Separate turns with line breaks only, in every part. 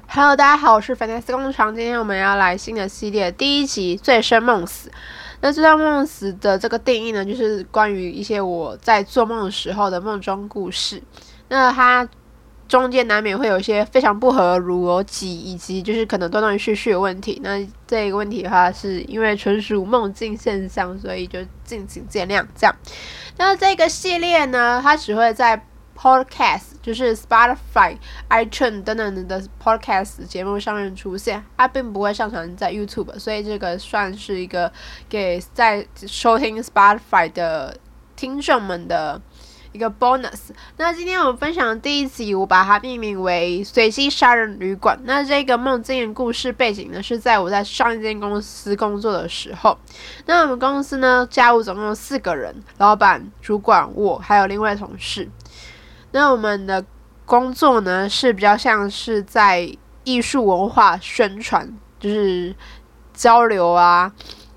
Hello，大家好，我是 Fantasy 工厂。今天我们要来新的系列第一集《醉生梦死》。那醉生梦死的这个定义呢，就是关于一些我在做梦的时候的梦中故事。那它中间难免会有一些非常不合逻辑，以及就是可能断断续续的问题。那这个问题的话，是因为纯属梦境现象，所以就敬请见谅。这样，那这个系列呢，它只会在Podcast 就是 Spotify、iTunes 等等的 Podcast 节目上面出现，它并不会上传在 YouTube， 所以这个算是一个给在收听 Spotify 的听众们的一个 bonus。那今天我们分享的第一集，我把它命名为随机杀人旅馆。那这个梦境的故事背景呢，是在我在上一间公司工作的时候。那我们公司呢，家务总共有4个人，老板、主管、我还有另外同事。那我们的工作呢，是比较像是在艺术文化宣传，就是交流啊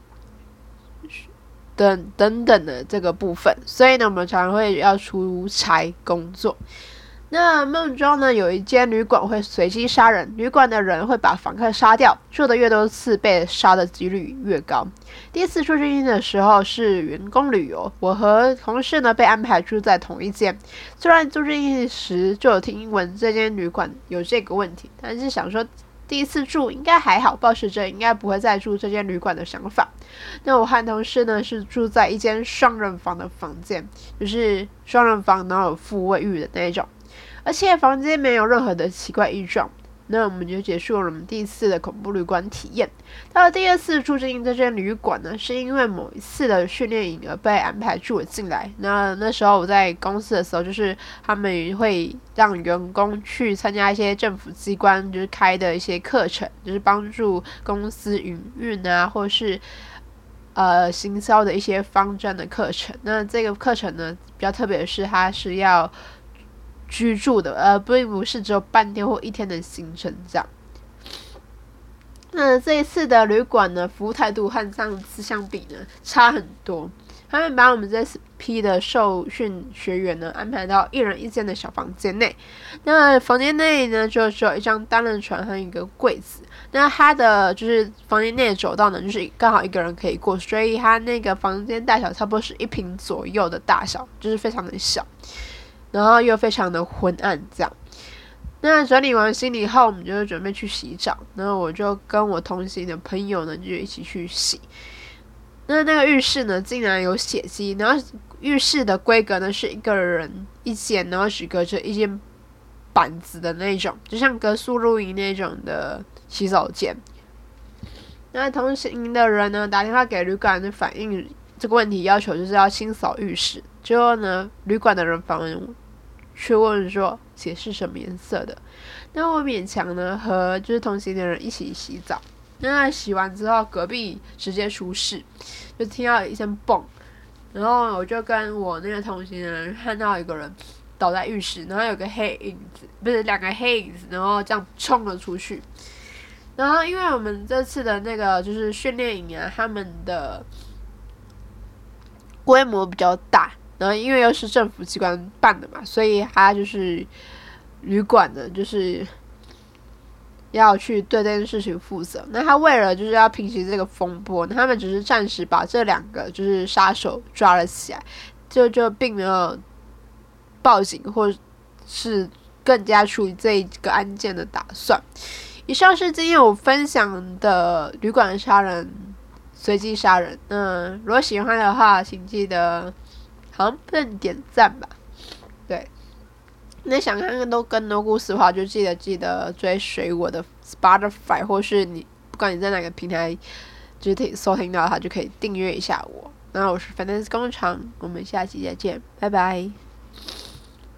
等等的这个部分，所以呢，我们常常会要出差工作。那梦中呢，有一间旅馆会随机杀人，旅馆的人会把房客杀掉，住的越多次，被杀的几率越高。第一次住进去的时候是员工旅游，我和同事呢被安排住在同一间。虽然住进去时就有听闻这间旅馆有这个问题，但是想说第一次住应该还好，抱持着应该不会再住这间旅馆的想法。那我和同事呢是住在一间双人房的房间，就是双人房然后有附卫浴的那一种。而且房间没有任何的奇怪异状，那我们就结束了我们第一次的恐怖旅馆体验。到了第二次住进这间旅馆呢，是因为某一次的训练营而被安排住了进来。那时候我在公司的时候，就是他们会让员工去参加一些政府机关就是开的一些课程，就是帮助公司营运啊，或是行销的一些方针的课程。那这个课程呢，比较特别的是，它是要居住的，并不是只有半天或1天的行程这样。那这一次的旅馆呢，服务态度和上次相比呢，差很多。他们把我们这批的受训学员呢，安排到1人1间的小房间内。那房间内呢，就只有一张单人床和一个柜子。那它的就是房间内的走道呢，就是刚好1个人可以过，所以它那个房间大小差不多是1平左右的大小，就是非常的小。然后又非常的昏暗这样。那整理完行李后，我们就准备去洗澡。然后我就跟我同行的朋友呢，就一起去洗。那个浴室呢，竟然有血迹。然后浴室的规格呢，是1个人1间，然后只隔着1间板子的那种，就像隔宿露营那种的洗手间。那同行的人呢，打电话给旅馆的反映这个问题，要求就是要清扫浴室。之后呢，旅馆的人访问却问说血是什么颜色的。那我勉强呢和就是同行的人一起洗澡。那洗完之后，隔壁直接出事，就听到一声蹦，然后我就跟我那个同行的人看到一个人倒在浴室，然后有个黑影子，不是2个黑影子，然后这样冲了出去。然后因为我们这次的那个就是训练营啊，他们的规模比较大。然后因为又是政府机关办的嘛，所以他就是旅馆呢，就是要去对这件事情负责。那他为了就是要平息这个风波，他们只是暂时把这2个就是杀手抓了起来，就并没有报警或是更加处理这一个案件的打算。以上是今天我分享的旅馆杀人、随机杀人。如果喜欢的话，请记得好像点赞吧。对，那想看更多故事的话，就记得追随我的 Spotify， 或是你不管你在哪个平台就是收听到它，就可以订阅一下我。那我是 Fantasy 工厂，我们下期再见，拜拜。